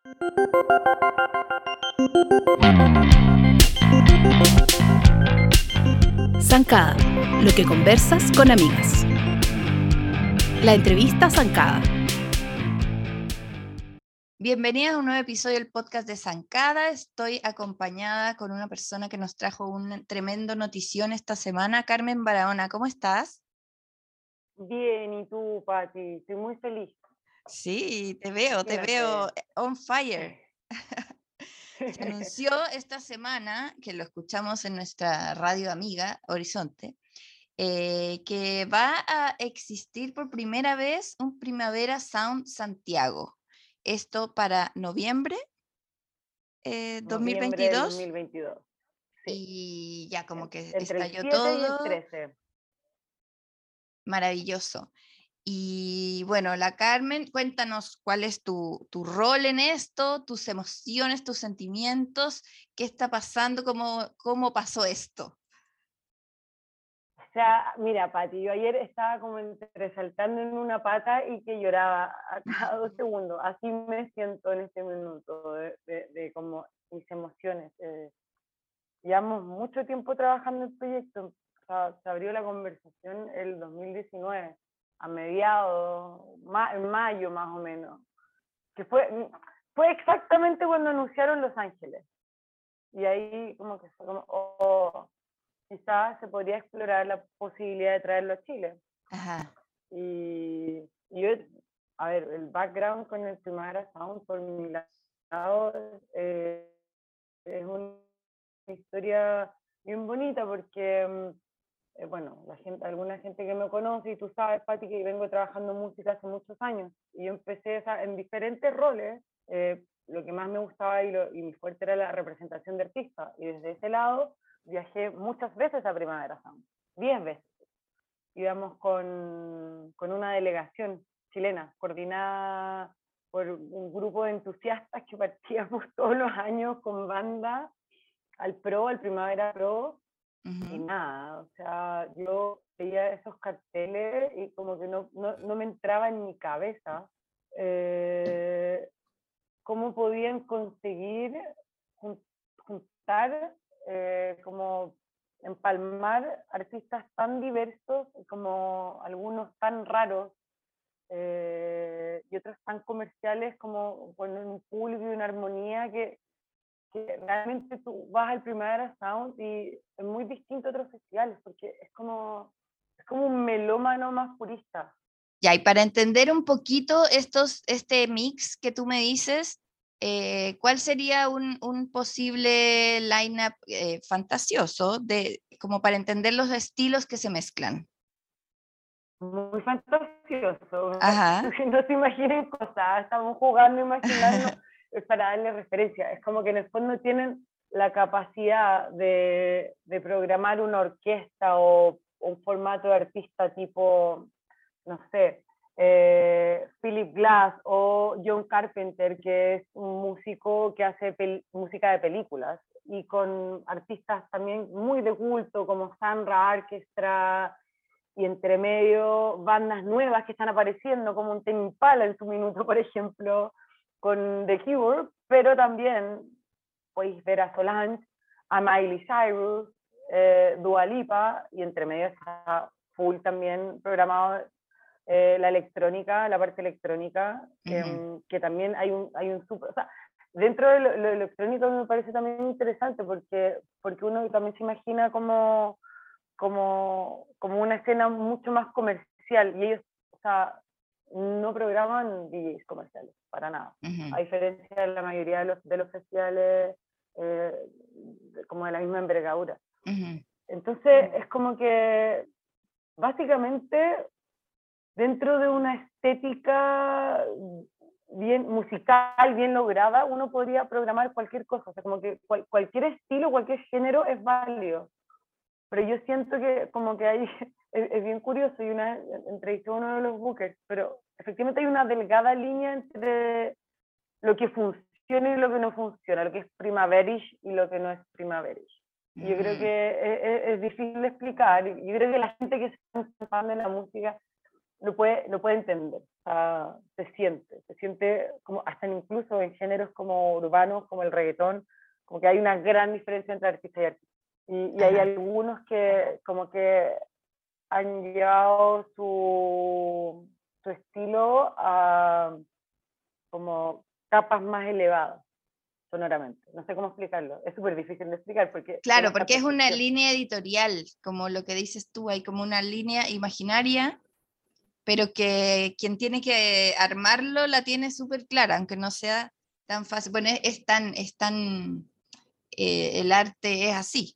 Zancada, lo que conversas con amigas. La entrevista Zancada. Bienvenidas a un nuevo episodio del podcast de Zancada. Estoy acompañada con una persona que nos trajo un tremendo notición esta semana, Carmen Barahona. ¿Cómo estás? Bien, ¿y tú, Pati? Estoy muy feliz. Sí, te veo on fire. Se anunció esta semana, que lo escuchamos en nuestra radio amiga Horizonte, que va a existir por primera vez un Primavera Sound Santiago. Esto para noviembre 2022. 2022. Sí. Y ya como que Entre estalló el 7 todo. y el 13. Maravilloso. Y bueno, la Carmen, cuéntanos cuál es tu rol en esto, tus emociones, tus sentimientos, qué está pasando, cómo pasó esto. O sea, mira, Pati, yo ayer estaba como entre saltando en una pata y que lloraba a cada 2 segundos. Así me siento en este minuto de como mis emociones. Llevamos mucho tiempo trabajando en el proyecto. O sea, se abrió la conversación el 2019, a mediados, en mayo más o menos, que fue exactamente cuando anunciaron Los Ángeles. Y ahí como que fue como, quizás se podría explorar la posibilidad de traerlo a Chile. Ajá. Y yo, a ver, el background con el Primavera Sound por mi lado es una historia bien bonita porque bueno, alguna gente que me conoce, y tú sabes, Pati, que vengo trabajando música hace muchos años, y yo empecé en diferentes roles. Lo que más me gustaba y mi fuerte era la representación de artistas, y desde ese lado viajé muchas veces a Primavera Sound, 10 veces. Íbamos con una delegación chilena, coordinada por un grupo de entusiastas que partíamos todos los años con banda al Primavera Pro. Uh-huh. Y nada, o sea, yo veía esos carteles y como que no me entraba en mi cabeza cómo podían conseguir juntar, como empalmar artistas tan diversos, como algunos tan raros y otros tan comerciales, como con un público y una armonía que realmente tú vas al Primavera Sound y es muy distinto a otros festivales, porque es como un melómano más purista. Ya, y para entender un poquito este mix que tú me dices, ¿cuál sería un posible line-up fantasioso como para entender los estilos que se mezclan? Muy fantasioso. Ajá. No se imaginen cosas, estamos jugando, imaginando para darle referencia. Es como que en el fondo tienen la capacidad de programar una orquesta o un formato de artista tipo, no sé, Philip Glass o John Carpenter, que es un músico que hace música de películas, y con artistas también muy de culto como Sandra Orchestra, y entre medio bandas nuevas que están apareciendo, como un Tame Impala en su minuto, por ejemplo, con The Cure, pero también podéis ver a Solange, a Miley Cyrus, Dua Lipa, y entre medio está full también programado la electrónica, la parte electrónica, Uh-huh. que también hay un super... O sea, dentro de lo electrónico me parece también interesante porque uno también se imagina como una escena mucho más comercial, y ellos, o sea, no programan DJs comerciales, para nada. Uh-huh. A diferencia de la mayoría de los festivales como de la misma envergadura. Uh-huh. Entonces, es como que básicamente dentro de una estética bien musical, bien lograda, uno podría programar cualquier cosa, o sea, como que cualquier estilo, cualquier género es válido. Pero yo siento que como que hay, es bien curioso, y una vez entrevisté a uno de los bookers, pero efectivamente hay una delgada línea entre lo que funciona y lo que no funciona, lo que es primaverish y lo que no es primaverish. Y yo creo que es difícil de explicar, y yo creo que la gente que se está empapando en la música lo puede entender. O sea, se siente como hasta incluso en géneros como urbanos, como el reggaetón, como que hay una gran diferencia entre artista y artista. Y hay algunos que como que han llevado su estilo a como capas más elevadas sonoramente. No sé cómo explicarlo. Es súper difícil de explicar porque... Claro, porque es una línea editorial, como lo que dices tú, hay como una línea imaginaria, pero que quien tiene que armarlo la tiene súper clara, aunque no sea tan fácil. Bueno, el arte es así.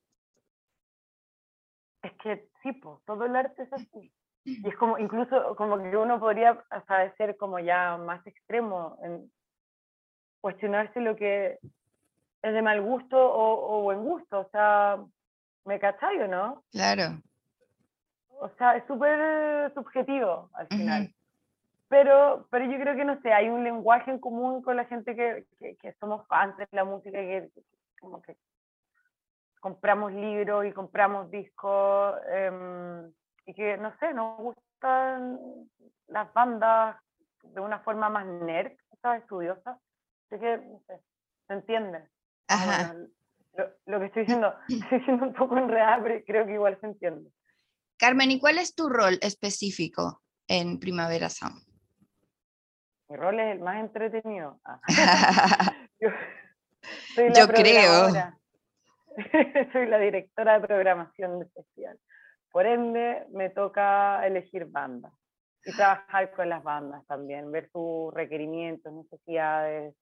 Es que sí, pues, todo el arte es así. Y es como, incluso como que uno podría hasta ser como ya más extremo en cuestionarse lo que es de mal gusto o buen gusto. O sea, ¿me cachai o no? Claro. O sea, es súper subjetivo al final. Uh-huh. Pero yo creo que, no sé, hay un lenguaje en común con la gente que somos fans de la música y que como que compramos libros y compramos discos y que, no sé, nos gustan las bandas de una forma más nerd, ¿sabes? Estudiosa. Así que, no sé, se entiende. Más o menos. Lo que estoy diciendo un poco enredada, pero creo que igual se entiende. Carmen, ¿y cuál es tu rol específico en Primavera Sound? Mi rol es el más entretenido. Yo soy la Yo programadora. creo. Soy la directora de programación del festival. Por ende, me toca elegir bandas y trabajar con las bandas también, ver sus requerimientos, necesidades,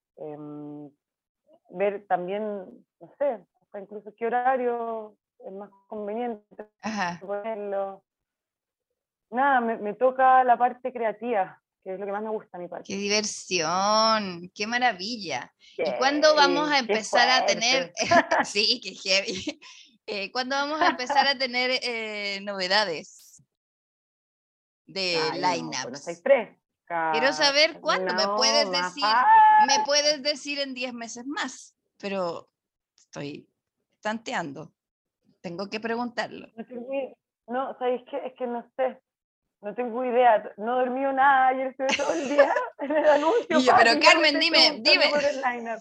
ver también, no sé, hasta incluso qué horario es más conveniente ponerlo. Nada, me toca la parte creativa, que es lo que más me gusta a mi parte. ¡Qué diversión! ¡Qué maravilla! ¿Y cuándo vamos a empezar a tener... sí, qué heavy. ¿Cuándo vamos a empezar a tener novedades de lineups? Quiero saber cuándo. ¿Me puedes decir en 10 meses más? Pero estoy tanteando. Tengo que preguntarlo. No, ¿sabes qué? Es que no sé. No tengo idea, no he dormido nada, ayer estuve todo el día en el anuncio. Y yo, pero Carmen, dime. Por el line-up.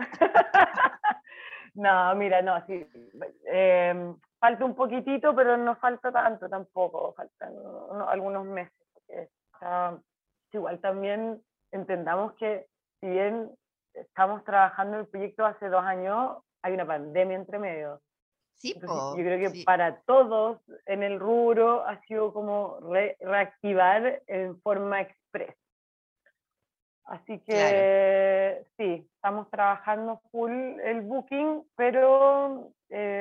No, mira, no, sí. Falta un poquitito, pero no falta tanto tampoco, faltan algunos meses. Igual también entendamos que si bien estamos trabajando en el proyecto hace 2 años, hay una pandemia entre medio. Sí, entonces, yo creo que para todos en el rubro ha sido como reactivar en forma express. Así que sí, estamos trabajando full el booking, pero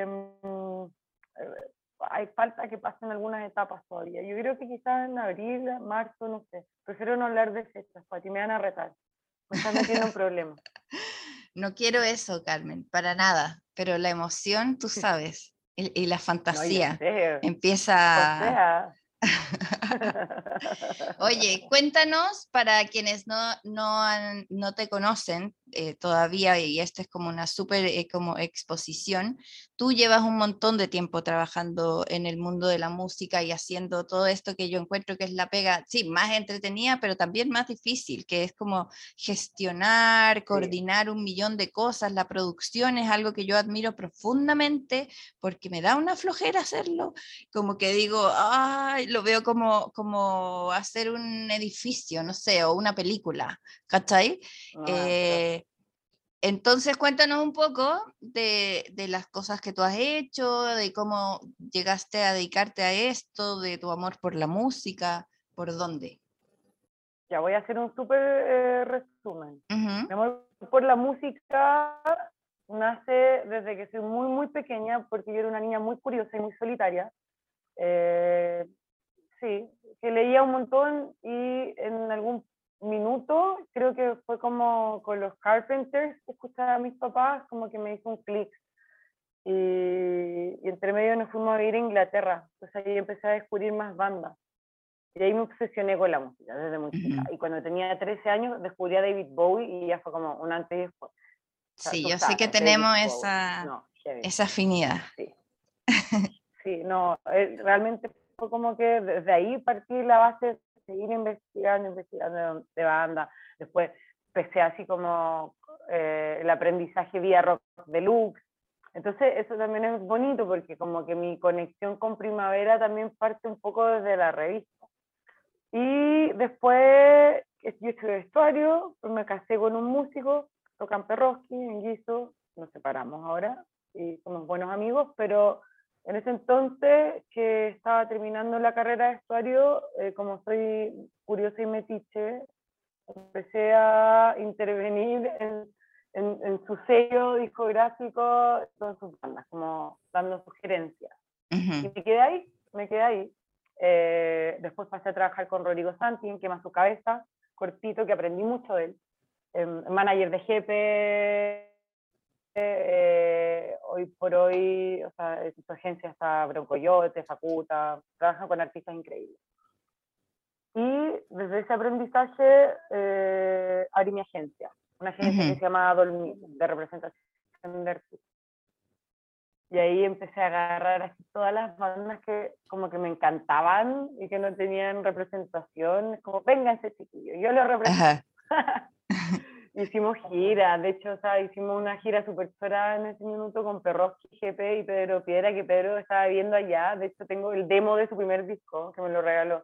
hay falta que pasen algunas etapas todavía. Yo creo que quizás en abril, marzo, no sé. Prefiero no hablar de fechas, para ti me van a retar. Me estás metiendo en problemas. No quiero eso, Carmen, para nada. Pero la emoción, tú sabes, y la fantasía empieza... Oye, cuéntanos para quienes no te conocen todavía, y esta es como una súper como exposición. Tú llevas un montón de tiempo trabajando en el mundo de la música y haciendo todo esto que yo encuentro que es la pega, sí, más entretenida, pero también más difícil, que es como gestionar, coordinar un millón de cosas. La producción es algo que yo admiro profundamente porque me da una flojera hacerlo, como que digo, ay, lo veo como hacer un edificio, no sé, o una película, ¿cachai? Entonces cuéntanos un poco de las cosas que tú has hecho, de cómo llegaste a dedicarte a esto, de tu amor por la música, ¿por dónde? Ya voy a hacer un súper resumen. Uh-huh. Mi amor por la música nace desde que soy muy, muy pequeña, porque yo era una niña muy curiosa y muy solitaria. Sí, que leía un montón y en algún minuto, creo que fue como con los Carpenters que escuchaba a mis papás, como que me hizo un clic. Y entre medio nos fuimos a vivir a Inglaterra, entonces ahí empecé a descubrir más bandas. Y ahí me obsesioné con la música desde muy chica. Y cuando tenía 13 años descubrí a David Bowie y ya fue como un antes y después. O sea, sí, yo sé que tenemos esa afinidad. Sí, sí, no, realmente fue como que desde ahí partí la base de seguir investigando de banda. Después empecé así como el aprendizaje vía Rock Deluxe. Entonces eso también es bonito porque como que mi conexión con Primavera también parte un poco desde la revista. Y después yo estudié vestuario, pues me casé con un músico, tocan Perroski, en Guiso, nos separamos ahora y somos buenos amigos, pero en ese entonces que estaba terminando la carrera de vestuario, como soy curiosa y metiche, empecé a intervenir en su sello discográfico con sus bandas, como dando sugerencias. Y me quedé ahí. Después pasé a trabajar con Rodrigo Santi en Quema su Cabeza, cortito, que aprendí mucho de él. Manager de GP, hoy por hoy, o sea, en su agencia está Broncoyote, Facuta, trabaja con artistas increíbles. Y desde ese aprendizaje abrí mi agencia, una agencia que se llama Dolmi, de representación de artistas. Y ahí empecé a agarrar así todas las bandas que como que me encantaban y que no tenían representación, como vénganse chiquillos, yo los represento. Hicimos gira, de hecho, o sea, hicimos una gira súper chora en ese minuto con Perroski, GP y Pedro Piedra, que Pedro estaba viviendo allá, de hecho tengo el demo de su primer disco, que me lo regaló.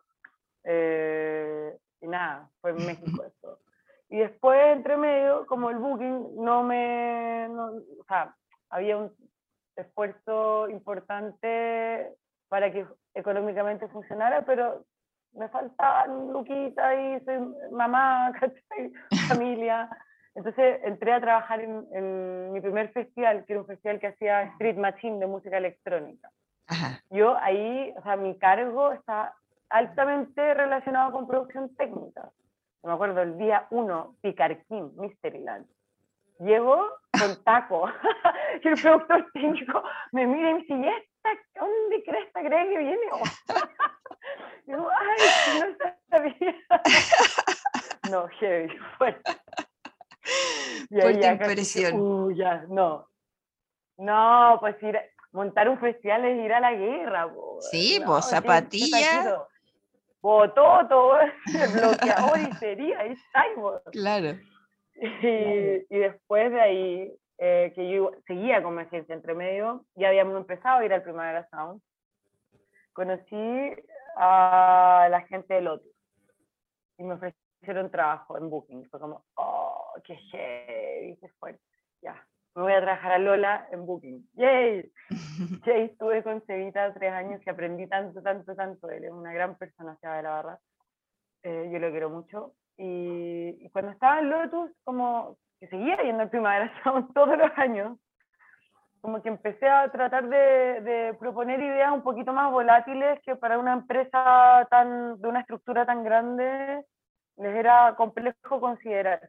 Y nada, fue en México eso. Y después, entre medio, como el booking, o sea, había un esfuerzo importante para que económicamente funcionara, pero me faltaban luquitas y soy mamá, ¿cachai? Familia. Entonces entré a trabajar en mi primer festival, que era un festival que hacía Street Machine de música electrónica. Ajá. Yo ahí, o sea, mi cargo está altamente relacionado con producción técnica. Me acuerdo el día 1, Picarquín, Mysteryland. Llego con taco y el productor técnico me mira y me dice, ¿y esta dónde cree que viene? Y digo, ay, no sabía. No, heavy, fuerte. Y ahí ya impresión. ya, no. No, pues montar un festival es ir a la guerra. Sí, no, pues zapatilla. Bototo, el bloqueador y sería, ahí está. Claro. Y después de ahí, que yo seguía con mi agencia entre medio, ya habíamos empezado a ir al Primavera Sound, conocí a la gente de Lotus y me ofrecieron trabajo en Booking. Fue como, oh, qué heavy, qué fuerte. Ya, me voy a trabajar a Lola en Booking. ¡Yay! Y ahí estuve con Cevita 3 años y aprendí tanto. Él es una gran persona, Seba de la Barra. Yo lo quiero mucho. Y cuando estaba en Lotus, como que seguía yendo al Primavera Sound todos los años, como que empecé a tratar de proponer ideas un poquito más volátiles que para una empresa de una estructura tan grande les era complejo considerar.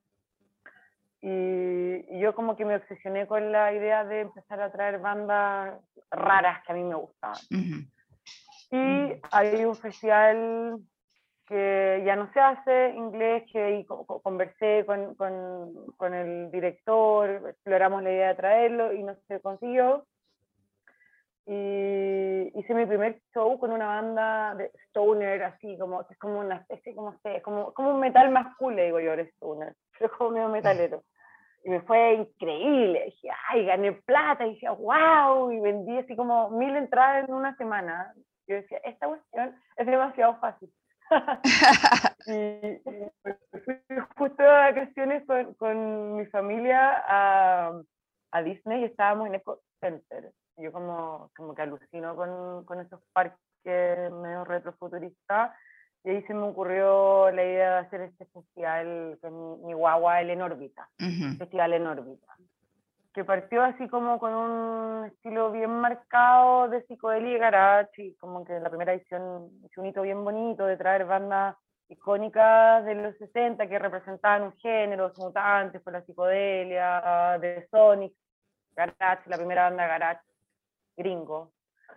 Y yo como que me obsesioné con la idea de empezar a traer bandas raras que a mí me gustaban. Y hay un festival que ya no se hace inglés, que ahí conversé con el director, exploramos la idea de traerlo y no se consiguió. Y hice mi primer show con una banda de stoner, así como, es como una especie, como un metal más cool, le digo yo, el stoner, pero como medio metalero. Y me fue increíble, dije, ay, gané plata, y decía, wow, y vendí así como 1000 entradas en una semana. Yo decía, esta cuestión es demasiado fácil. y fui justo de vacaciones con mi familia a Disney y estábamos en Eco Center. Yo como que alucino con esos parques medio retrofuturistas, y ahí se me ocurrió la idea de hacer este festival con mi guagua, el En Órbita, Festival En Órbita, que partió así como con un estilo bien marcado de psicodelia y garage, y como que en la primera edición hizo un hito bien bonito de traer bandas icónicas de los 60 que representaban un género, Los Mutantes, por la psicodelia, de Sonic, garage, la primera banda garage gringo.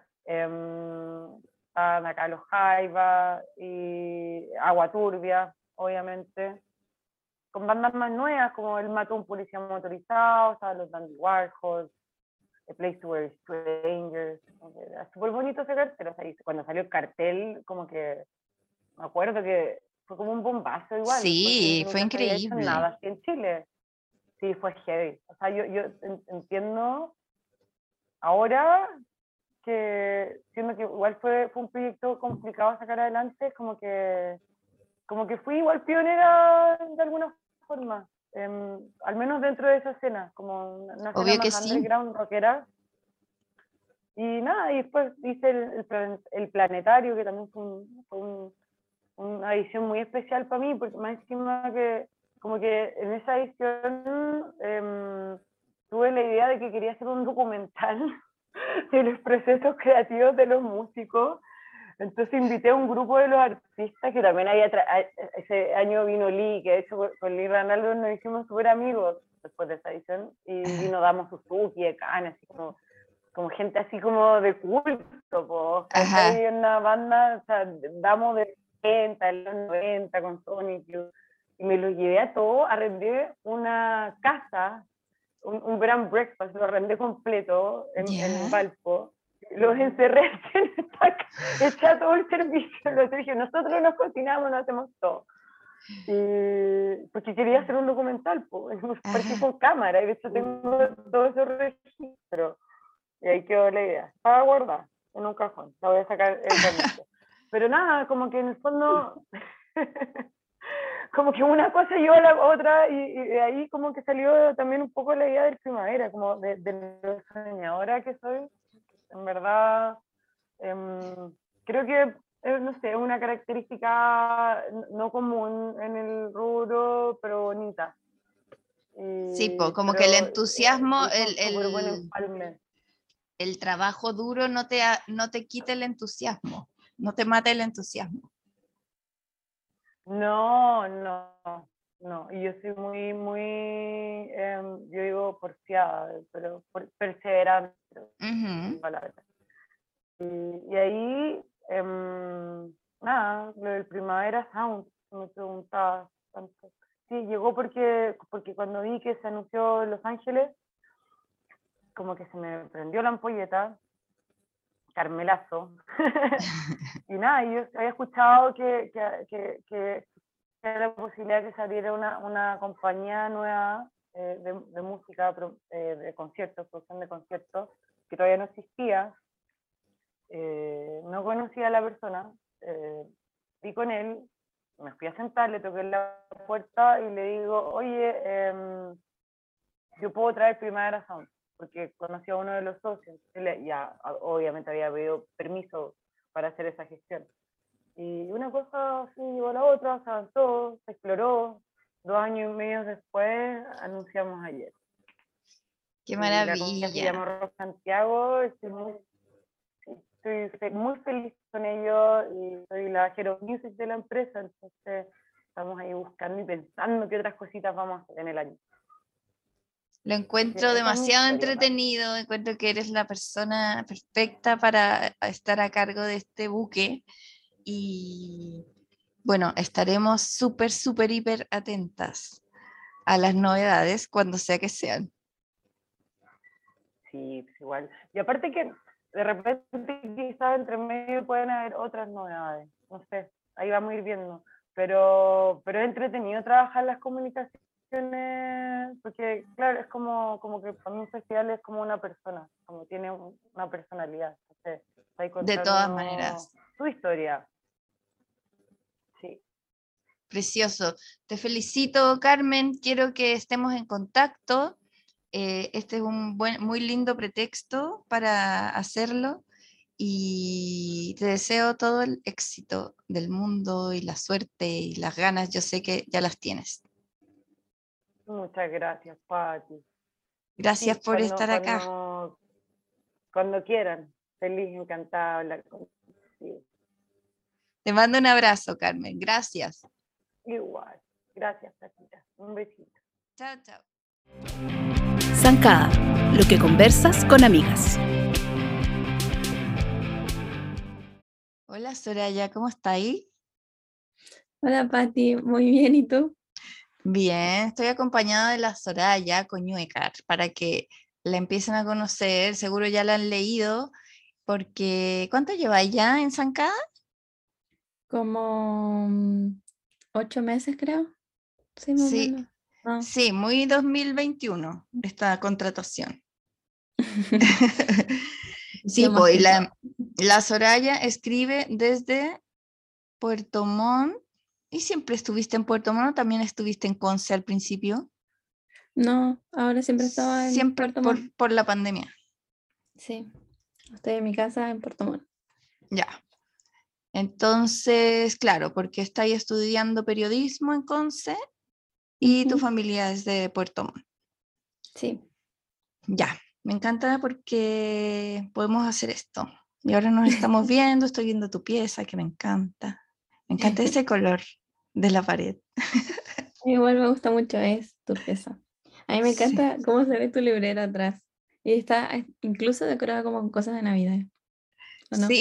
Estaban acá los Jaiba y Agua Turbia, obviamente, con bandas más nuevas como el Matón Policía Motorizado, estaban los Dandy Warhols, A Place to Where Strangers, era súper bonito ese cartel, o sea, y cuando salió el cartel, como que, me acuerdo que fue como un bombazo igual, Sí, porque fue nunca se había hecho increíble. nada así en Chile. Sí, fue heavy. O sea, yo entiendo ahora que, siendo que igual fue un proyecto complicado a sacar adelante, como que fui igual pionera de alguna forma, al menos dentro de esa escena, como una escena Obvio que más sí. underground, rockera. Y nada, y después hice el Planetario, que también fue una edición muy especial para mí, porque más encima que, como que en esa edición tuve la idea de que quería hacer un documental de los procesos creativos de los músicos. Entonces invité a un grupo de los artistas que también ese año vino Lee, que de hecho con Lee Ranaldo nos hicimos súper amigos después de esa edición, y vino Damo Suzuki, Ekan, así como gente así como de culto, gente en una banda, o sea, Damo de 70, en los 90 con Sonic, y me los llevé a todos, arrendé una casa, un grand breakfast, lo arrendé completo en Valpo, los encerré en esta casa, eché todo el servicio, los dije, nosotros nos cocinamos, nos hacemos todo. Porque quería hacer un documental, partí con cámara, y de hecho tengo todos esos registros, y ahí quedó la idea, estaba guardada en un cajón, la voy a sacar eventualmente. Pero nada, como que en el fondo, como que una cosa llevó a la otra, y de ahí como que salió también un poco la idea del Primavera, como de lo soñadora que soy. En verdad, creo que, no sé, es una característica no común en el rubro, pero bonita. Sí, como que el entusiasmo, el trabajo duro no te quita el entusiasmo, no te mata el entusiasmo. No, y yo soy muy, yo digo porfiada, pero perseverante. Y ahí, nada, lo del Primavera Sound, me preguntaba tanto. Sí, llegó porque cuando vi que se anunció en Los Ángeles, como que se me prendió la ampolleta, Carmelazo. Y nada, yo había escuchado que era la posibilidad de que saliera una compañía nueva de música, de conciertos, producción de conciertos, que todavía no existía. No conocía a la persona, vi con él, me fui a sentar, le toqué la puerta y le digo, oye, yo puedo traer Primavera Sound, porque conocí a uno de los socios, él ya obviamente había pedido permiso para hacer esa gestión. Y una cosa así llegó a la otra, se avanzó, se exploró, 2 años y medio después anunciamos ayer. ¡Qué maravilla! Y la se llama Rock Santiago, estoy muy feliz con ellos y soy la Hero Music de la empresa, entonces estamos ahí buscando y pensando qué otras cositas vamos a hacer en el año. Lo encuentro demasiado entretenido, encuentro que eres la persona perfecta para estar a cargo de este buque y bueno, estaremos súper, hiper atentas a las novedades cuando sea que sean. Sí, pues igual. Y aparte que de repente quizás entre medio pueden haber otras novedades, no sé, ahí vamos a ir viendo, pero es entretenido trabajar las comunicaciones, porque claro, es como que para mí un festival es como una persona, como tiene una personalidad, entonces está ahí contando de todas maneras su historia. Sí. Precioso. Te felicito, Carmen, quiero que estemos en contacto. Este es un muy lindo pretexto para hacerlo y te deseo todo el éxito del mundo y la suerte y las ganas, yo sé que ya las tienes. Muchas gracias, Pati. Gracias por estar acá. Cuando quieran, feliz, encantada de hablar contigo. Te mando un abrazo, Carmen, gracias. Igual, gracias, Patita. Un besito. Chao, chao. Zancada, lo que conversas con amigas. Hola, Soraya, ¿cómo está ahí? Hola, Pati, muy bien, ¿y tú? Bien, estoy acompañada de la Soraya Coñuecar para que la empiecen a conocer, seguro ya la han leído, porque ¿cuánto lleva ya en Zancada? Como 8 meses, creo. Sí, más o Sí, menos. No. sí, muy 2021 esta contratación. Sí, Yo más pues, y que todo. la Soraya escribe desde Puerto Montt. ¿Y siempre estuviste en Puerto Montt o también estuviste en Conce al principio? No, ahora siempre estaba en Siempre Puerto Montt. por la pandemia. Sí, estoy en mi casa en Puerto Montt. Ya. Entonces, claro, porque estáis estudiando periodismo en Conce y tu Ujú. familia es de Puerto Montt. Sí. Ya, me encanta porque podemos hacer esto. Y ahora nos estamos viendo, estoy viendo tu pieza que me encanta. Me encanta ese color de la pared. Igual me gusta mucho, es turquesa. A mí me Sí. encanta cómo se ve tu librero atrás. Y está incluso decorada como con cosas de Navidad, ¿o no? Sí.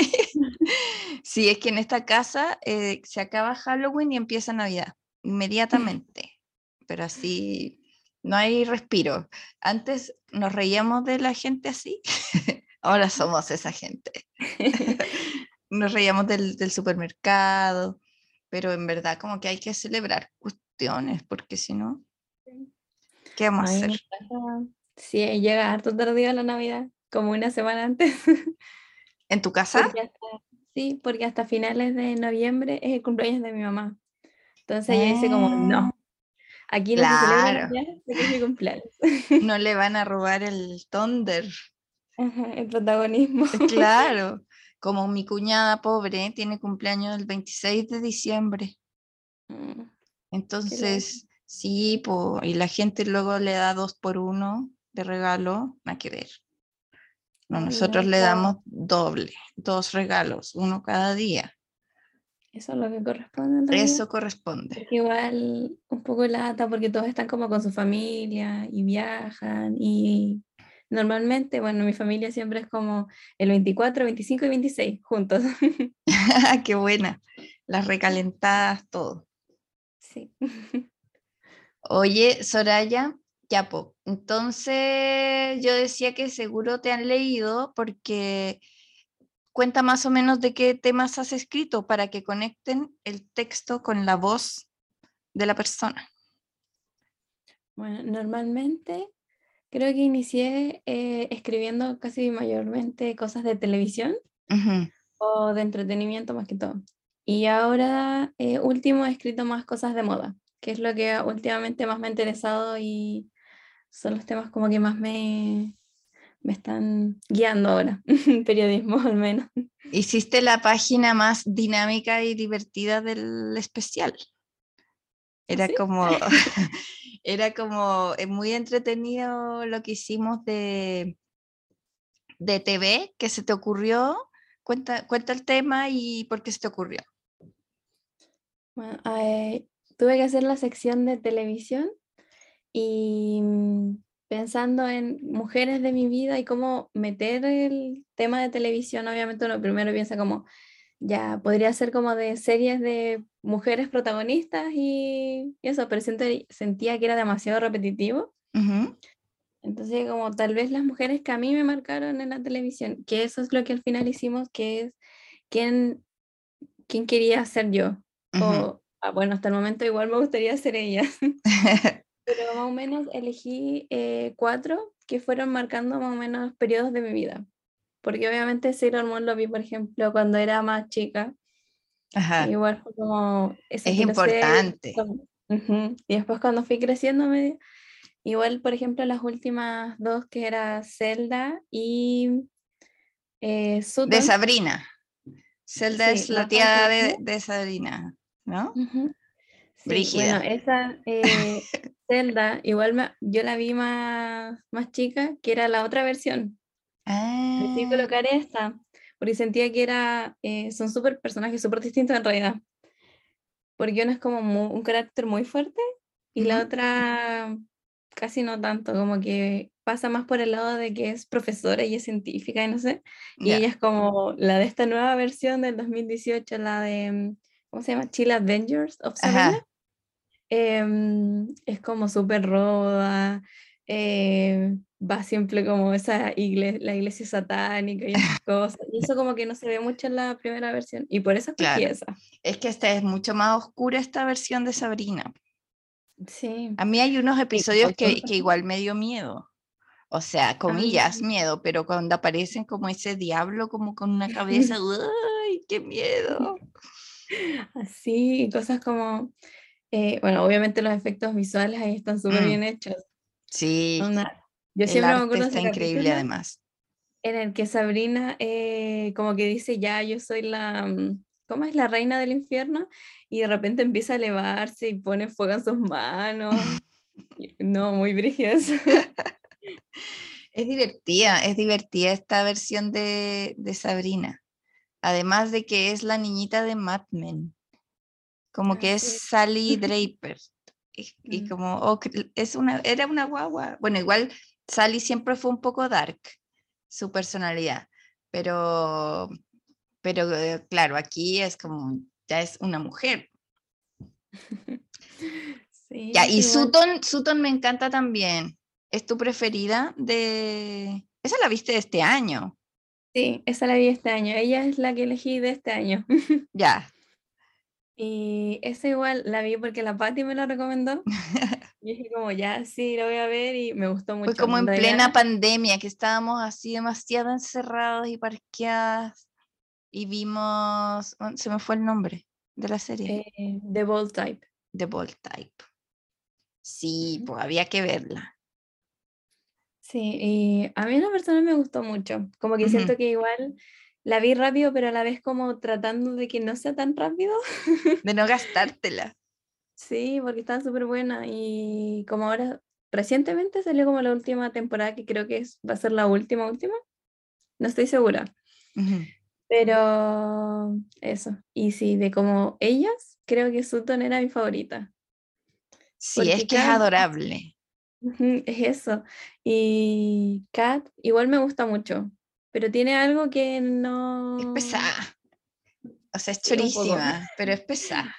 Sí, es que en esta casa se acaba Halloween y empieza Navidad inmediatamente, pero así no hay respiro. Antes nos reíamos de la gente así, ahora somos esa gente. Nos reíamos del supermercado, pero en verdad como que hay que celebrar cuestiones, porque si no, ¿qué vamos a A mí hacer? me encanta. Sí, llega harto tardío la Navidad, como una semana antes. ¿En tu casa? Porque hasta, sí, porque hasta finales de noviembre es el cumpleaños de mi mamá. Entonces yo hice como, Ah, no, aquí no se celebra claro, Navidad porque es mi cumpleaños. no le van a robar el Thunder. Ajá, el protagonismo. Claro, como mi cuñada pobre tiene cumpleaños el 26 de diciembre. Mm, qué lata. Entonces, sí, y la gente luego le da 2 por 1 de regalo, nada que ver. No, Ay, nosotros no, le damos doble, 2 regalos, uno cada día. eso es lo que corresponde en realidad. Eso corresponde. Porque igual un poco lata porque todos están como con su familia y viajan y normalmente, bueno, mi familia siempre es como el 24, 25 y 26 juntos. Qué buena. Las recalentadas, todo. Sí. Oye, Soraya, ya po. Entonces yo decía que seguro te han leído porque cuenta más o menos de qué temas has escrito para que conecten el texto con la voz de la persona. Bueno, normalmente creo que inicié escribiendo casi mayormente cosas de televisión Ujú. o de entretenimiento más que todo. Y ahora último he escrito más cosas de moda, que es lo que últimamente más me ha interesado y son los temas como que más me están guiando ahora, periodismo al menos. Hiciste la página más dinámica y divertida del especial. Era ¿Así? como, era como muy entretenido lo que hicimos de TV, que se te ocurrió. Cuenta el tema y por qué se te ocurrió. Bueno, tuve que hacer la sección de televisión y pensando en mujeres de mi vida y cómo meter el tema de televisión, obviamente uno primero piensa como, ya podría ser como de series de mujeres protagonistas y eso, pero sentía que era demasiado repetitivo. Ujú, Entonces, como tal vez las mujeres que a mí me marcaron en la televisión, que eso es lo que al final hicimos, que es quién, quién quería ser yo. ujú. O, bueno, hasta el momento igual me gustaría ser ella. Pero más o menos elegí 4 que fueron marcando más o menos periodos de mi vida. Porque obviamente Sailor Moon lo vi, por ejemplo, cuando era más chica. Ajá, Igual fue como, eso es quiero ser. importante. Ujú. Y después cuando fui creciendo, igual, por ejemplo, las últimas dos, que era Zelda y De Sutton, Sabrina. Zelda sí, es la marcaron tía caleta. de Sabrina, ¿no? Ujú. Sí, bueno, Brígida. esa Zelda, igual yo la vi más chica, que era la otra versión. Decidí Ah, colocar esta, porque sentía que son súper personajes súper distintos en realidad. Porque una es como un carácter muy fuerte y la ujú, otra casi no tanto, como que pasa más por el lado de que es profesora y es científica y no sé. Y ella ya. es como la de esta nueva versión del 2018, la de, ¿cómo se llama? Chill Adventures of Sabrina. Ajá. Es como súper roda, va siempre como la iglesia satánica y esas cosas. Y eso como que no se ve mucho en la primera versión. Y por eso escogí Claro. esa. Es que esta es mucho más oscura, esta versión de Sabrina. Sí. A mí hay unos Y episodios como todos que igual me dio miedo. O sea, a mí comillas, miedo, pero cuando aparecen como ese diablo como con una cabeza, ¡ay, qué miedo! así, cosas como, bueno, obviamente los efectos visuales ahí están súper Mm, bien hechos. sí, Yo el siempre me arte acuerdo de está ese increíble capítulo además. en el que Sabrina como que dice, ya, yo soy ¿cómo es? La reina del infierno, y de repente empieza a elevarse y pone fuego en sus manos. No, muy brígido eso. Es divertida esta versión de Sabrina. Además de que es la niñita de Mad Men, como que es Así es. Sally Draper. Y Mm. como, era una guagua. Bueno, igual Sally siempre fue un poco dark, su personalidad, pero, pero claro, aquí es como, ya es una mujer. Ya, Sí, y igual. Sutton me encanta también. ¿Es tu preferida de...? Esa la viste de este año. Sí, esa la vi este año. Ella es la que elegí de este año. Ya. Y esa igual la vi porque la Patti me la recomendó. Y dije como, ya, sí, la voy a ver y me gustó Fue mucho. como En en realidad, plena pandemia, que estábamos así demasiado encerrados y parqueadas. Y vimos, se me fue el nombre de la serie, The Bold Type. The Bold Type. Sí, Ujú. pues había que verla. Sí, y a mí en lo personal me gustó mucho. Como que Ujú. siento que igual la vi rápido, pero a la vez como tratando de que no sea tan rápido. De no gastártela. Sí, porque estaba súper buena. Y como ahora, recientemente salió como la última temporada, que creo que va a ser la última. No estoy segura. Ujú. Pero eso. Y sí, de como ellas, creo que Sutton era mi favorita. Sí, es Porque que es Kat, adorable. ujú, es eso. Y Kat igual me gusta mucho. Pero tiene algo que Es no. pesada. O sea, es Sí, un poco. chorísima, pero es pesada.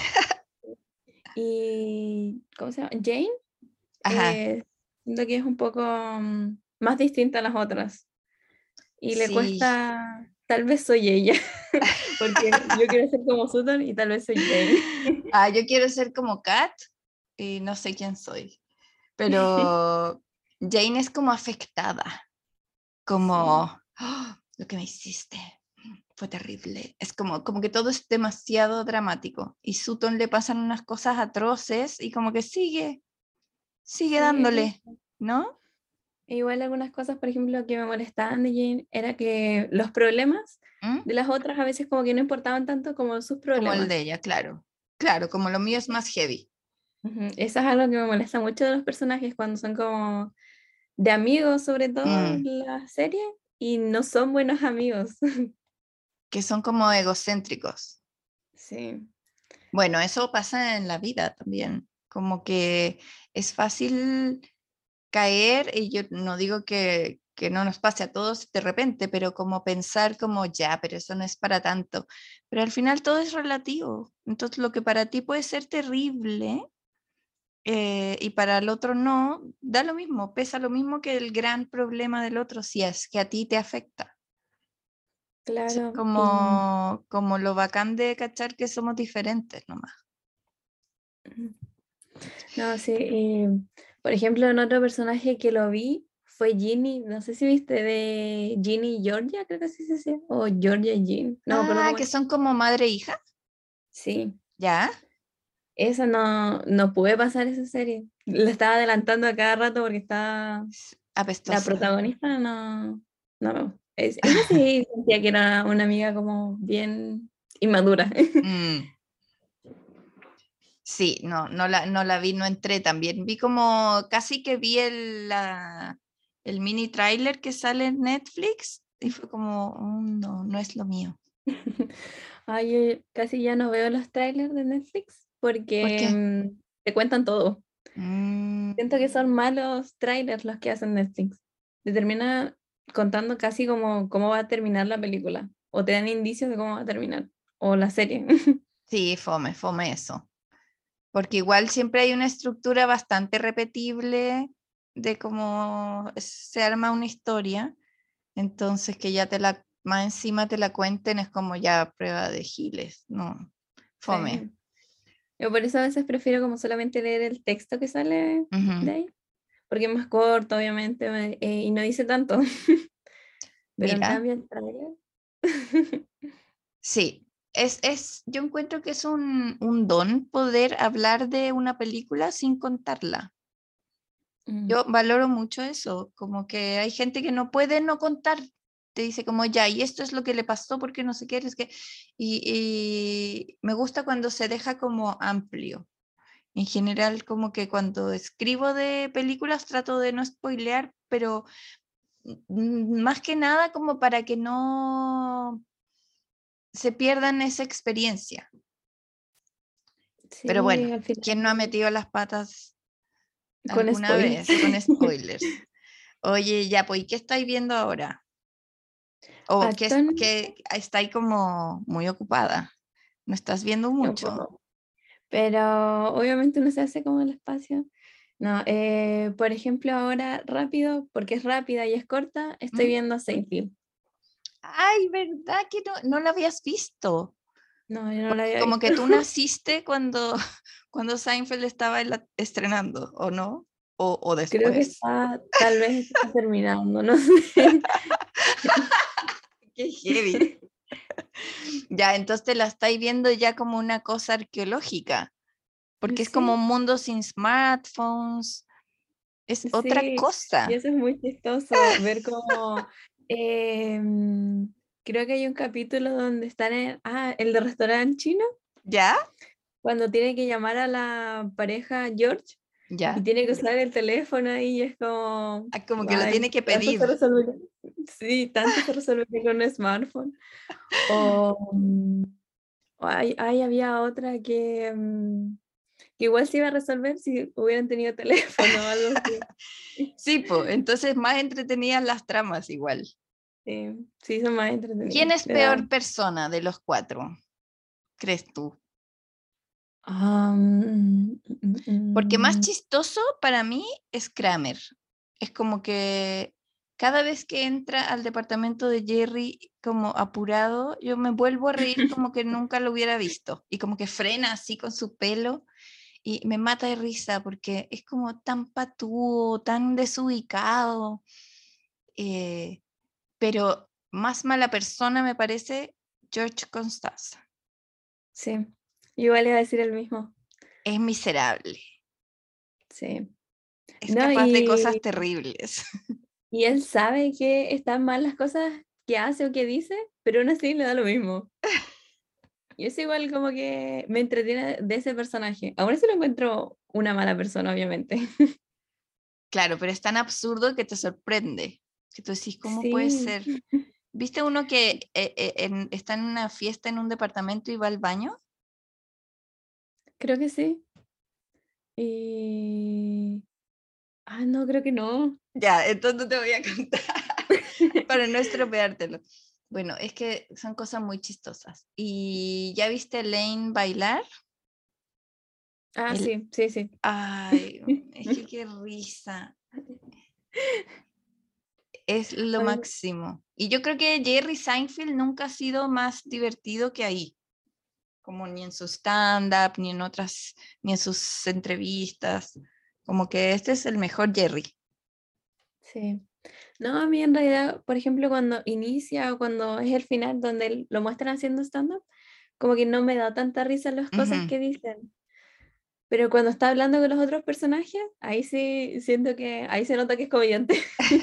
Y. ¿Cómo se llama? Jane. Ajá. Siento que es un poco más distinta a las otras. Y le Sí. cuesta. Tal vez soy ella. Porque yo quiero ser como Sutton y tal vez soy Jane. Ah, yo quiero ser como Kat y no sé quién soy. Pero Jane es como afectada. Sí. Como, "Oh, lo que me hiciste fue terrible". Es como que todo es demasiado dramático. Y Sutton le pasan unas cosas atroces y como que sigue Sí, es dándole, eso. ¿no? Igual algunas cosas, por ejemplo, que me molestaban de Jane era que los problemas ¿Mm? de las otras a veces como que no importaban tanto como sus Como el de problemas. ella, claro. Claro, como lo mío es más heavy. Ujú. Eso es algo que me molesta mucho de los personajes cuando son como de amigos, sobre todo Mm, en la serie, y no son buenos amigos. que son como egocéntricos. Sí, Bueno, eso pasa en la vida también. Como que es fácil caer, y yo no digo que no nos pase a todos de repente, pero como pensar como ya, pero eso no es para tanto. Pero al final todo es relativo. Entonces lo que para ti puede ser terrible y para el otro no, da lo mismo, pesa lo mismo que el gran problema del otro, si es que a ti te afecta. Eso es claro. Y, como lo bacán de cachar que somos diferentes nomás. no, sí, y, por ejemplo, en otro personaje que lo vi fue Ginny, no sé si viste de Ginny y Georgia, creo que así se dice, o Georgia y Jean, no me acuerdo Ah, cómo que es. son como madre e hija, Sí, ¿ya? esa no pude pasar esa serie. La estaba adelantando a cada rato porque estaba la Apestosa. protagonista, no. Ella sí sentía que era una amiga como bien inmadura. Mm. Sí, no la vi, no entré también. Vi como, casi que vi el mini tráiler que sale en Netflix y fue como, no, no es lo mío". Ay, yo casi ya no veo los trailers de Netflix ¿Por porque qué? te cuentan todo. Mm, Siento que son malos trailers los que hacen Netflix. Te termina contando casi como cómo va a terminar la película. O te dan indicios de cómo va a terminar. O la serie. sí, fome eso. Porque igual siempre hay una estructura bastante repetible de cómo se arma una historia, entonces que ya más encima te la cuenten es como ya prueba de giles, no, fome. Sí. Yo por eso a veces prefiero como solamente leer el texto que sale Ujú. de ahí, porque es más corto, obviamente, y no dice tanto. Pero en Mira, cambio el tráiler. sí, yo encuentro que es un don poder hablar de una película sin contarla. Mm, Yo valoro mucho eso, como que hay gente que no puede no contar, te dice como ya, y esto es lo que le pasó porque no sé qué, es que, y me gusta cuando se deja como amplio. En general, como que cuando escribo de películas trato de no spoilear, pero más que nada como para que no se pierdan esa experiencia. Pero bueno, sí, al ¿quién no ha final metido las patas con alguna spoilers. vez con spoilers? Oye, ya, pues, ¿y qué estáis viendo ahora? O Actualmente que estáis como muy ocupada. No estás viendo un mucho. poco, pero obviamente uno se hace como el espacio. No, por ejemplo, ahora rápido, porque es rápida y es corta, estoy ¿Mm? viendo Seinfeld. Ay, ¿verdad que no la habías visto? No, yo no la había Como visto. que tú naciste cuando, cuando Seinfeld estaba estrenando, ¿o no? O Creo que después. está, tal vez está terminando, no sé. Qué heavy. Ya, entonces te la estáis viendo ya como una cosa arqueológica, porque es como Sí, un mundo sin smartphones, es otra sí, y cosa. eso es muy chistoso, ver cómo, creo que hay un capítulo donde están el de restaurante chino, ¿Ya? cuando tiene que llamar a la pareja George y ¿Ya? tiene que usar el teléfono y es como, Ah, como que lo ay, tiene que tanto pedir. se resuelve, sí, tanto se resuelve con un smartphone. O, había otra que igual se iba a resolver si hubieran tenido teléfono o algo así. Sí, pues, entonces más entretenidas las tramas igual. Sí, sí, son más ¿Quién entretenidas. es peor persona de los cuatro, crees tú? Porque más Mm. chistoso para mí es Kramer. Es como que cada vez que entra al departamento de Jerry como apurado, yo me vuelvo a reír como que nunca lo hubiera visto. Y como que frena así con su pelo y me mata de risa porque es como tan patúo, tan desubicado. eh, pero más mala persona me parece George Constanza. Sí, igual iba a decir el mismo. Es miserable, Sí. es No, capaz de cosas terribles. y él sabe que están mal las cosas que hace o que dice, pero aún así le da lo mismo. Y es igual como que me entretiene de ese personaje. Aún así lo encuentro una mala persona, obviamente. Claro, pero es tan absurdo que te sorprende. Que tú decís, ¿cómo puede Sí, ser? ¿Viste uno que está en una fiesta en un departamento y va al baño? creo que sí. Y... Ah, no, creo que no. Ya, entonces te voy a contar para no estropeártelo. Bueno, es que son cosas muy chistosas. ¿Y ya viste a Lane bailar? Ah, El, sí, sí, sí. ay, es que qué risa. Es lo Ay, máximo. Y yo creo que Jerry Seinfeld nunca ha sido más divertido que ahí. Como ni en su stand-up, ni en otras, ni en sus entrevistas. Como que este es el mejor Jerry. sí. No, a mí en realidad, por ejemplo, cuando inicia o cuando es el final donde lo muestran haciendo stand-up, como que no me da tanta risa las cosas Ujú. que dicen. Pero cuando está hablando con los otros personajes, ahí sí siento que, ahí se nota que es comediante.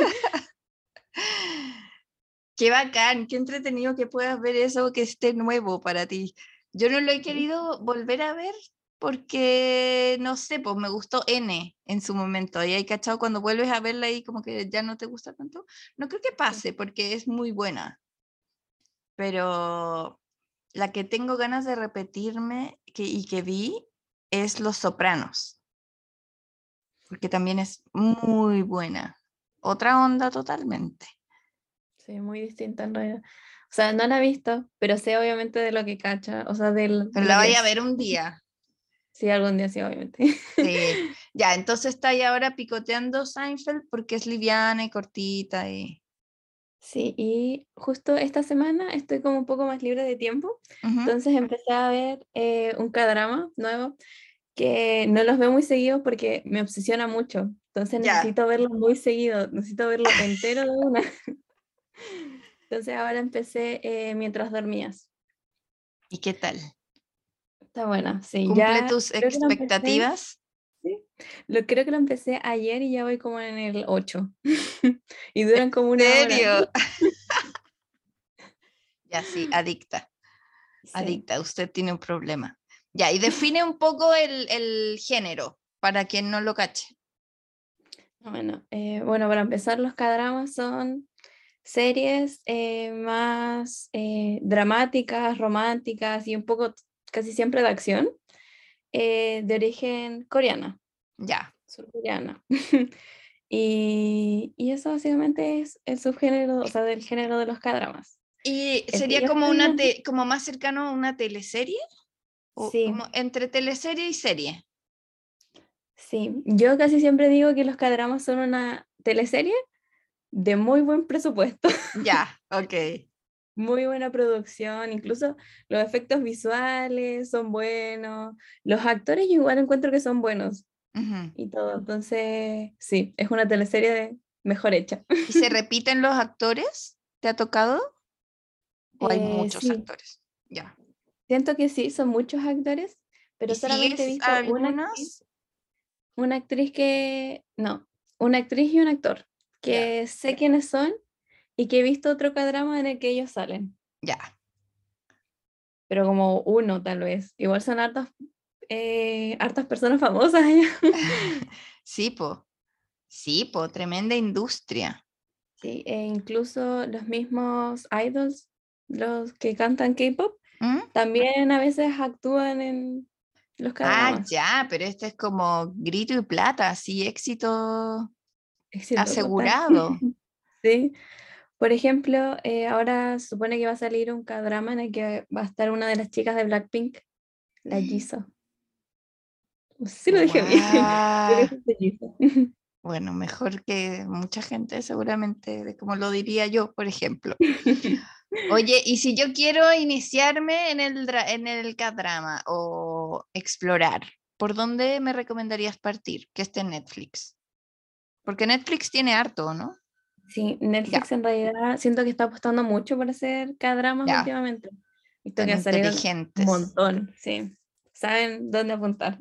Qué bacán, qué entretenido que puedas ver eso que esté nuevo para ti. Yo no lo he querido volver a ver porque, no sé, pues me gustó N en su momento. Y hay cachado cuando vuelves a verla y como que ya no te gusta tanto. No creo que Sí. pase porque es muy buena. Pero la que tengo ganas de repetirme y que vi es Los Sopranos, porque también es muy buena. Otra onda totalmente. Sí, muy distinta en realidad. O sea, no la he visto, pero sé obviamente de lo que cacha, o sea, Pero de la lo que vaya a es. ver un día. Sí, algún día sí, obviamente. Sí, Ya, entonces está ahí ahora picoteando Seinfeld porque es liviana y cortita y... Sí, y justo esta semana estoy como un poco más libre de tiempo, Ujú. entonces empecé a ver un K-drama nuevo que no los veo muy seguidos porque me obsesiona mucho, entonces Ya, necesito verlo muy seguido, necesito verlo entero de una. Entonces ahora empecé Mientras dormías. ¿y qué tal? Está buena, sí, ¿Cumple ya tus creo que lo empecé, expectativas? sí, creo que lo empecé ayer y ya voy como en el 8 y duran como ¿En una hora. serio? Ya, sí, adicta, Sí. adicta, usted tiene un problema. Ya, y define un poco el género para quien no lo cache. Bueno, para empezar, los K-dramas son series más dramáticas, románticas y un poco casi siempre de acción, de origen coreana, Ya. surcoreana. Y eso básicamente es el subgénero, o sea, del género de los K-dramas. ¿Y El que sería yo como estoy viendo, como más cercano a una teleserie? ¿O sí, como entre teleserie y serie? sí. Yo casi siempre digo que los K-dramas son una teleserie de muy buen presupuesto. Ya, ok. Muy buena producción, incluso los efectos visuales son buenos, los actores yo igual encuentro que son buenos Ujú. y todo, entonces sí, es una teleserie mejor hecha. ¿Y se repiten los actores? ¿Te ha tocado? ¿O hay muchos Sí, actores? Ya. siento que sí, son muchos actores, ¿Y pero solamente he sigues visto algunos? una actriz no, una actriz y un actor, Ya, que sé quiénes son y que he visto otro cadrama en el que ellos salen, ya. pero como uno tal vez, igual son hartas personas famosas allá. Sí, po. Sí, po, tremenda industria. Sí, e incluso los mismos idols, los que cantan K-pop, ¿Mm? también a veces actúan en los Ah, cadramas. ya, pero este es como grito y plata, sí, éxito Éxito total. asegurado. Sí. Por ejemplo, ahora se supone que va a salir un cadrama en el que va a estar una de las chicas de Blackpink, la Jisoo. No sé si lo dije bien. Creo Guau. que es Jisoo. Bueno, mejor que mucha gente seguramente, de como lo diría yo, por ejemplo. Oye, y si yo quiero iniciarme en en el K-drama o explorar, ¿por dónde me recomendarías partir? Que esté en Netflix. Porque Netflix tiene harto, ¿no? Sí, Ya, Netflix en realidad siento que está apostando mucho por hacer cadramas ya, últimamente. Visto tan que salieron un inteligentes. montón, sí. Saben dónde apuntar.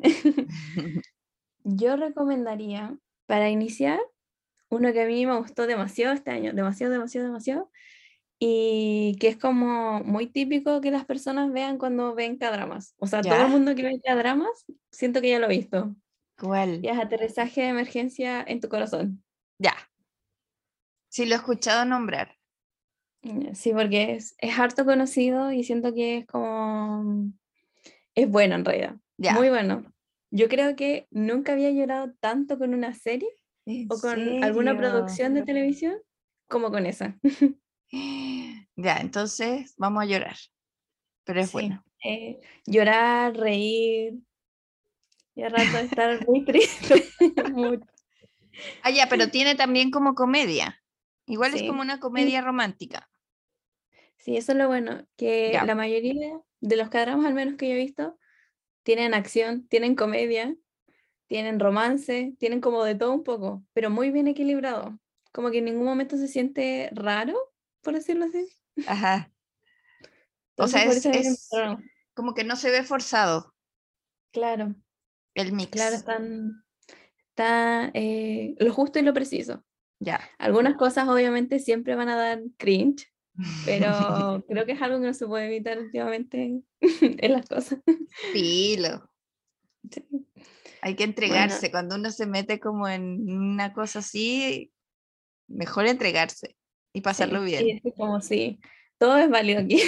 Yo recomendaría, para iniciar, uno que a mí me gustó demasiado este año, demasiado, demasiado, demasiado, y que es como muy típico que las personas vean cuando ven K-dramas. O sea, todo el ¿Ya? mundo que ve K-dramas, siento que ya lo ha visto. Y ¿Cuál? es Aterrizaje de emergencia en tu corazón. Ya, sí lo he escuchado nombrar. Sí, porque es harto conocido y siento que es como, es bueno en realidad, muy Ya. bueno. Yo creo que nunca había llorado tanto con una serie ¿En o con alguna serio? producción de televisión como con esa. Ya, entonces vamos a llorar, pero es Sí, bueno. llorar, reír y a rato estar muy triste. Mucho. Ah, ya, pero tiene también como comedia. Igual es como Sí, una sí, comedia romántica. sí, eso es lo bueno, que Ya. la mayoría de los cadramas, al menos que yo he visto, tienen acción, tienen comedia, tienen romance, tienen como de todo un poco, pero muy bien equilibrado. Como que en ningún momento se siente raro, por decirlo así. Ajá. O Entonces sea, por eso a mí me es gustaron. como que no se ve forzado Claro, el claro, mix. está lo justo y lo preciso. Ya. Algunas cosas obviamente siempre van a dar cringe, pero creo que es algo que no se puede evitar últimamente en las cosas. Filo. Sí. Hay que Bueno, entregarse. Cuando uno se mete como en una cosa así, mejor entregarse y pasarlo sí, y bien. es como si todo es válido aquí.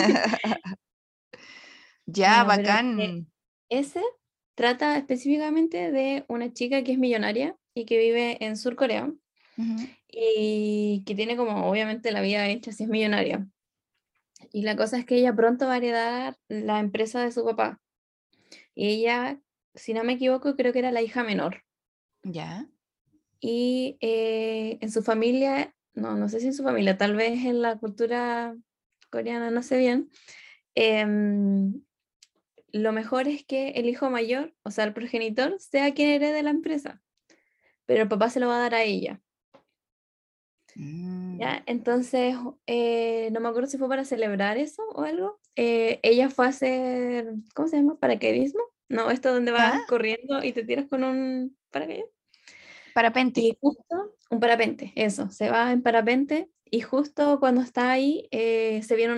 Ya, Bueno, pero bacán. ese trata específicamente de una chica que es millonaria y que vive en Sur Corea Ujú. y que tiene como obviamente la vida hecha si es millonaria. Y la cosa es que ella pronto va a heredar la empresa de su papá. Y ella, si no me equivoco, creo que era la hija menor. Ya. Y en su familia, no sé si en su familia, tal vez en la cultura coreana, no sé bien, em, lo mejor es que el hijo mayor, o sea, el progenitor, sea quien herede la empresa, pero el papá se lo va a dar a ella. Mm. ¿Ya? Entonces, no me acuerdo si fue para celebrar eso o algo. Ella fue a hacer, ¿cómo se llama? ¿Paracaidismo? No, esto donde ¿Ya? vas corriendo y te tiras con un paracaídas. Parapente. Y justo, un parapente, eso, se va en parapente y justo cuando está ahí se viene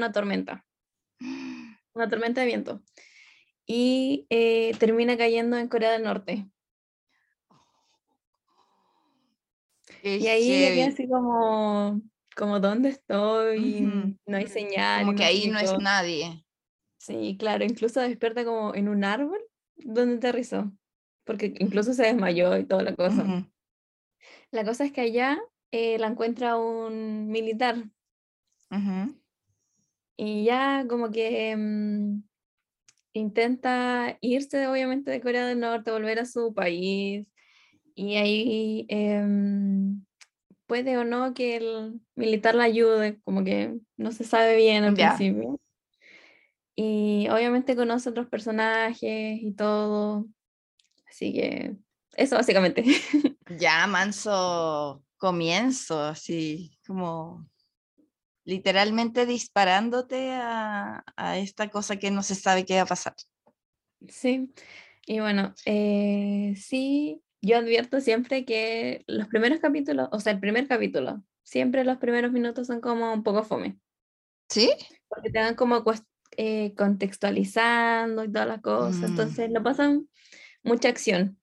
una tormenta de viento. Y termina cayendo en Corea del Norte. Qué Y ahí ella queda heavy. así como ¿dónde Ujú. estoy? No hay señal y Como que no sé ahí qué no es cosa. nadie. Sí, claro, incluso despierta como en un árbol donde aterrizó, porque incluso se desmayó y toda la cosa. Ujú. La cosa es que allá la encuentra un militar Ujú. y ya como que intenta irse obviamente de Corea del Norte, volver a su país y ahí puede o no que el militar la ayude, como que no se sabe bien al Ya. principio. Y obviamente conoce otros personajes y todo. Así que eso básicamente. Ya, manso comienzo, así como literalmente disparándote a esta cosa que no se sabe qué va a pasar. Sí. Y bueno, sí, yo advierto siempre que los primeros capítulos, o sea, el primer capítulo, siempre los primeros minutos son como un poco fome, ¿Sí? porque te van como contextualizando y todas las cosas, Mm. entonces lo pasan mucha acción,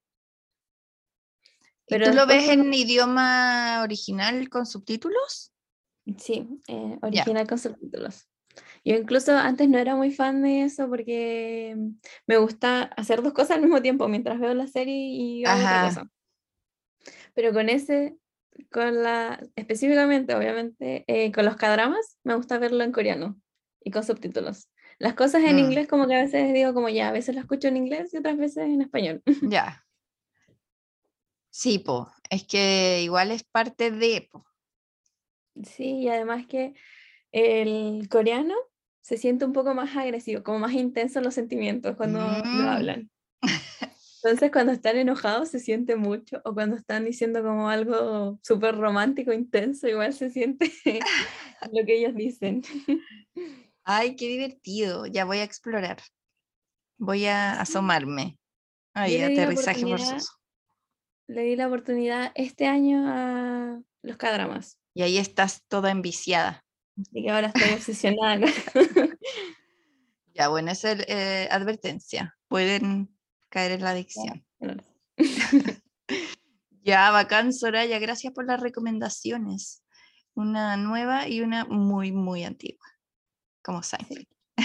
¿Y pero tú lo después ves cuando en idioma original con subtítulos? sí, Ya. original con subtítulos. Yo incluso antes no era muy fan de eso porque me gusta hacer dos cosas al mismo tiempo mientras veo la serie y hago otra Ajá. cosa. Pero específicamente, obviamente, con los cadramas, me gusta verlo en coreano y con subtítulos. Las cosas en Mm. inglés como que a veces digo como ya, a veces las escucho en inglés y otras veces en español. Ya. Sí, po. Es que igual es parte de, po. Sí, y además que el coreano se siente un poco más agresivo, como más intenso los sentimientos cuando lo Mm. hablan. Entonces, cuando están enojados se siente mucho, o cuando están diciendo como algo súper romántico, intenso, igual se siente lo que ellos dicen. Ay, qué divertido. Ya voy a explorar. Voy a Sí, asomarme. yo Ay, aterrizaje forzoso. le di la oportunidad este año a los cadramas, Y ahí estás toda enviciada. así que ahora estoy obsesionada. Ya, bueno, esa es advertencia. Pueden caer en la adicción. con- Ya, bacán, Soraya. Gracias por las recomendaciones. Una nueva y una muy, muy antigua, como Seinfeld. Sí,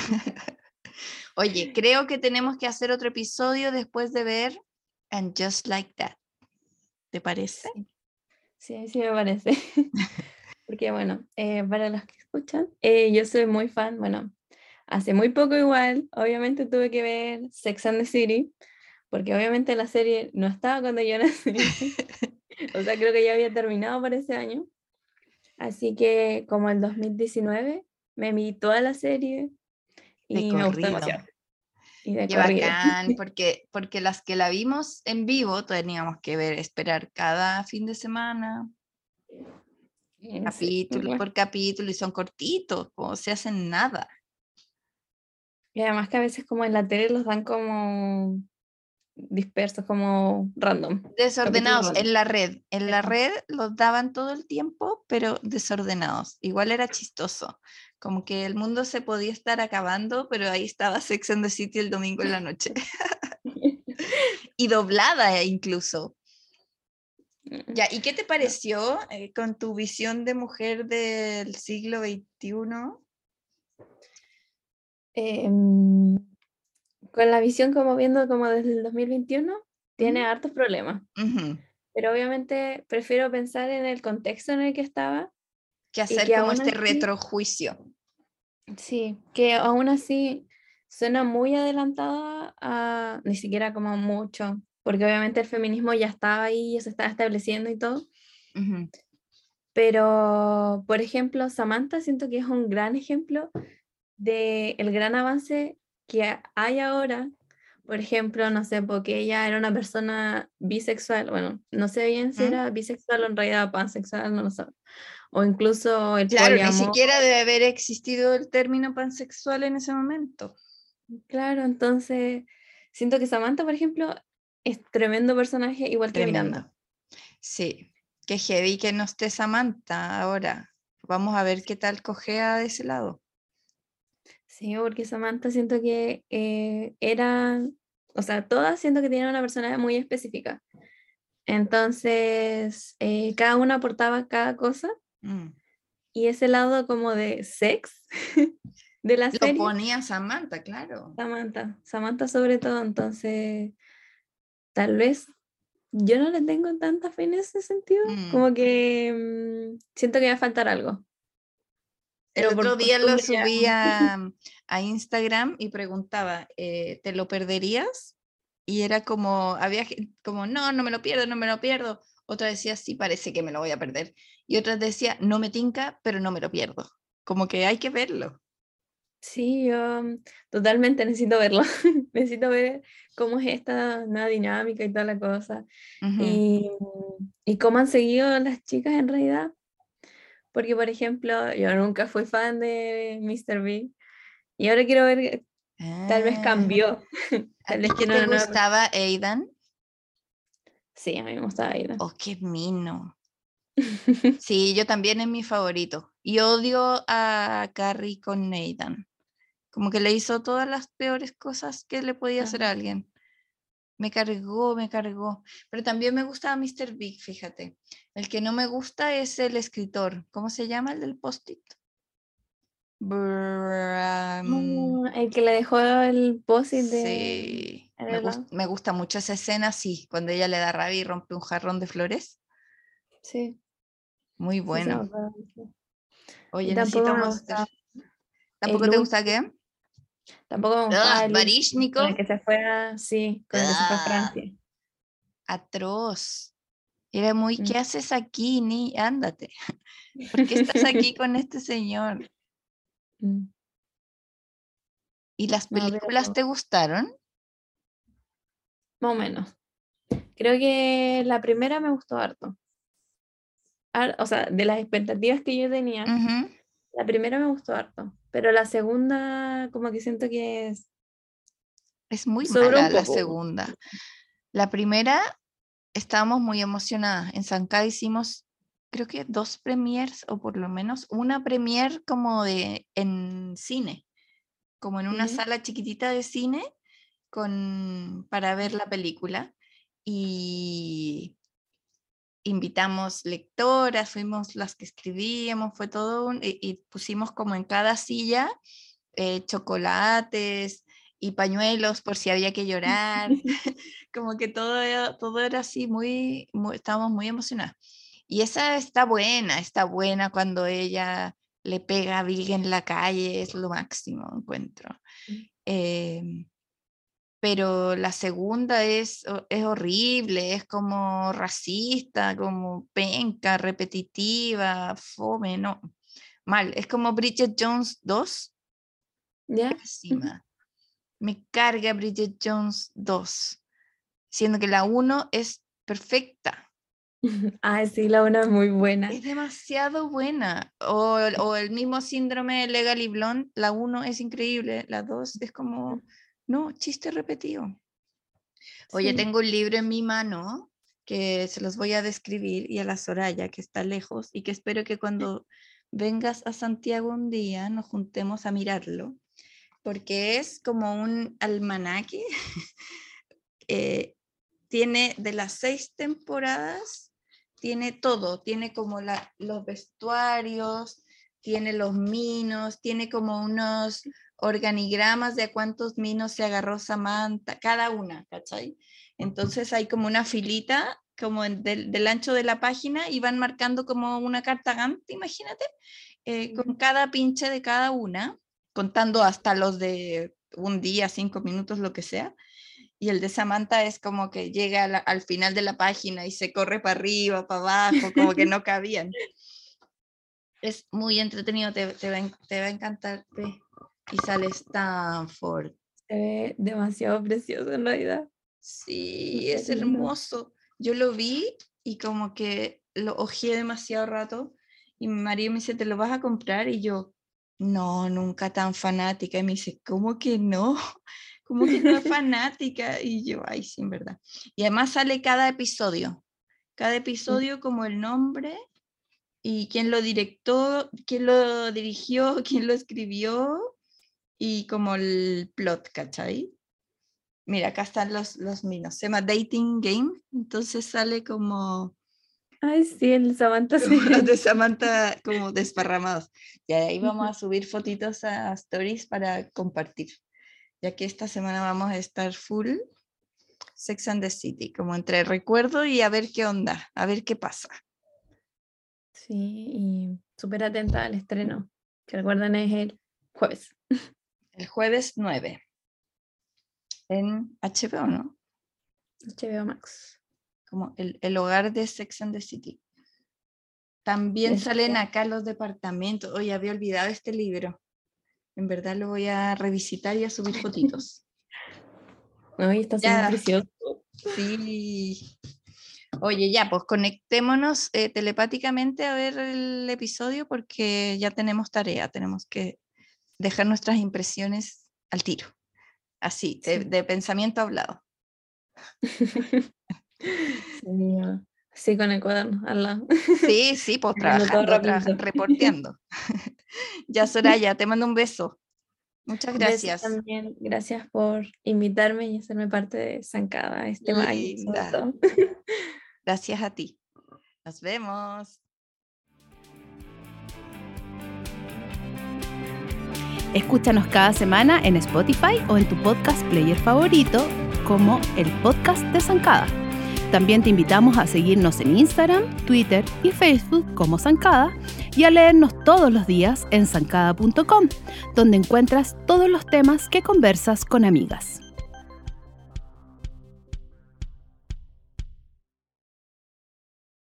Oye, creo que tenemos que hacer otro episodio después de ver And Just Like That. ¿Te parece? sí, sí, sí me parece. Porque bueno, para los que escuchan, yo soy muy fan, bueno, hace muy poco igual, obviamente tuve que ver Sex and the City, porque obviamente la serie no estaba cuando yo nací, o sea, creo que ya había terminado para ese año, así que como el 2019 me vi toda la serie De y me gustó corrido. demasiado, y de Qué corrido. bacán, porque las que la vimos en vivo teníamos que ver, esperar cada fin de semana, Sí, capítulo bueno. por capítulo, y son cortitos, o se hacen nada. Y además que a veces como en la tele los dan como dispersos, como random, capítulos Desordenados random. en la Eso. red los daban todo el tiempo, pero desordenados. Igual era chistoso, como que el mundo se podía estar acabando, pero ahí estaba Sex and the City el domingo en la noche. Y doblada incluso. Ya, ¿y qué te pareció con tu visión de mujer del siglo XXI? Em, con la visión como viendo como desde el 2021, tiene ¿Mm? hartos problemas, Ujú. pero obviamente prefiero pensar en el contexto en el que estaba Que y hacer que como aún este así, retrojuicio. sí, que aún así suena muy adelantada a, ni siquiera como mucho, porque obviamente el feminismo ya estaba ahí, ya se estaba estableciendo y todo. Ujú. Pero, por ejemplo, Samantha siento que es un gran ejemplo del gran avance que hay ahora. Por ejemplo, no sé, porque ella era una persona bisexual, bueno, no sé bien si ¿Mm? era bisexual o en realidad pansexual, no lo sé. O incluso el Claro, ni poliamor. siquiera debe haber existido el término pansexual en ese momento. Claro, entonces siento que Samantha, por ejemplo, es tremendo personaje, igual que Tremendo. Miranda. Sí, qué heavy que no esté Samantha ahora. Vamos a ver qué tal cojea de ese lado. Sí, porque Samantha siento que era, o sea, todas siento que tenían una personalidad muy específica. Entonces, cada una aportaba cada cosa Mm. y ese lado como de sex de la Lo serie, ponía Samantha, claro. Samantha sobre todo, entonces tal vez yo no le tengo tanta fe en ese sentido, Mm. como que siento que va a faltar algo, El pero otro por día lo costumbre ya. subí a Instagram y preguntaba, ¿te lo perderías? Y era como, como, no, no me lo pierdo, no me lo pierdo. Otra decía, sí, parece que me lo voy a perder. Y otra decía, no me tinca, pero no me lo pierdo. Como que hay que verlo. Sí, yo totalmente necesito verlo. Necesito ver cómo es esta nueva dinámica y toda la cosa. Ujú. Y cómo han seguido las chicas en realidad. Porque, por ejemplo, yo nunca fui fan de Mr. Big. Y ahora quiero ver, tal vez Ah, cambió. ¿a Tal ti vez qué que te no, no. gustaba, Aidan? Sí, a mí me gustaba Aida. Oh, qué mino. Sí, yo también es mi favorito. Y odio a Carrie con Aidan. Como que le hizo todas las peores cosas que le podía hacer a Ah, alguien. Me cargó, me cargó. Pero también me gustaba Mr. Big, fíjate. El que no me gusta es el escritor. ¿Cómo se llama el del post-it? el que le dejó el post-it Sí, en el lado. me gusta mucho esa escena, sí, cuando ella le da rabia y rompe un jarrón de flores. Sí, Muy sí, se me bueno. acuerdo. Oye, Y tampoco necesito me Monster. gustaba ¿Tampoco el te gusta último. qué? Tampoco me gustaba ¡Ah! el último, con el Baryshnikov. que se fue a, sí, con el que se fue a ¡Ah! Francia. Atroz. Era muy, Mm. ¿qué haces aquí? Ni ándate. ¿Por qué estás aquí con este señor? Mm. ¿Y las No, películas pero te gustaron? más o menos. Creo que la primera me gustó harto. O sea, de las expectativas que yo tenía, Ujú. la primera me gustó harto. Pero la segunda, como que siento que Es muy sobró mala un la poco. segunda. La primera, estábamos muy emocionadas. En Sankara hicimos, creo que 2 premiers, o por lo menos una premier como en cine, como en una ¿Ya? sala chiquitita de cine para ver la película. Y invitamos lectoras, fuimos las que escribíamos, fue todo y pusimos como en cada silla chocolates y pañuelos por si había que llorar, como que todo era así, estábamos muy emocionadas. Y esa está buena cuando ella le pega a Big en la calle, es lo máximo, encuentro. Eh, pero la segunda es horrible, es como racista, como penca, repetitiva, fome, no, mal. Es como Bridget Jones 2, ¿Ya? pésima. Me carga Bridget Jones 2, siendo que la 1 es perfecta. Ah, sí, la una es muy buena. Es demasiado buena. O el mismo síndrome de Legally Blonde, la 1 es increíble, la 2 es como, no, chiste repetido. Oye, Sí. tengo un libro en mi mano que se los voy a describir y a la Soraya, que está lejos, y que espero que cuando vengas a Santiago un día nos juntemos a mirarlo, porque es como un almanaque. Tiene de las 6 temporadas, tiene todo, tiene como los vestuarios, tiene los minos, tiene como unos organigramas de a cuántos minos se agarró Samantha, cada una, ¿cachai? Entonces hay como una filita como del ancho de la página y van marcando como una carta Gantt, imagínate, con cada pinche de cada una, contando hasta los de un día, 5 minutos, lo que sea. y el de Samantha es como que llega al final de la página y se corre para arriba, para abajo, como que no cabían. Es muy entretenido, te va a encantar. Y sale Stanford. Se ve demasiado precioso en realidad. Sí, es hermoso. Yo lo vi y como que lo hojeé demasiado rato y mi marido me dice, ¿te lo vas a comprar? Y yo, no, nunca tan fanática. Y me dice, ¿cómo que no? ¿Cómo que no es fanática? Y yo, ay, sí, en verdad. Y además sale cada episodio como el nombre y quién lo directó, quién lo dirigió, quién lo escribió y como el plot, ¿cachai? Mira, acá están los minos. Se llama Dating Game, entonces sale como... Ay, sí, el Samantha. Los de Samantha como desparramados. Y ahí vamos a subir fotitos a Stories para compartir. Ya que esta semana vamos a estar full Sex and the City, como entre recuerdo y a ver qué onda, a ver qué pasa. Sí, y súper atenta al estreno, que recuerdan es el jueves. El jueves 9. En HBO, ¿no? HBO Max. Como el hogar de Sex and the City. También salen acá los departamentos. Oye, había olvidado este libro. En verdad lo voy a revisitar y a subir fotitos. Ay, está súper precioso. Sí. Oye, ya, pues conectémonos telepáticamente a ver el episodio porque ya tenemos tarea. Tenemos que dejar nuestras impresiones al tiro. Así, de pensamiento hablado. Sí, con el cuaderno al lado. Sí, pues reporteando. Ya, Soraya, te mando un beso. Muchas gracias. Besos también. Gracias por invitarme y hacerme parte de Zancada este año. Gracias a ti. Nos vemos. Escúchanos cada semana en Spotify o en tu podcast player favorito como el podcast de Zancada. También te invitamos a seguirnos en Instagram, Twitter y Facebook como Zancada y a leernos todos los días en zancada.com, donde encuentras todos los temas que conversas con amigas.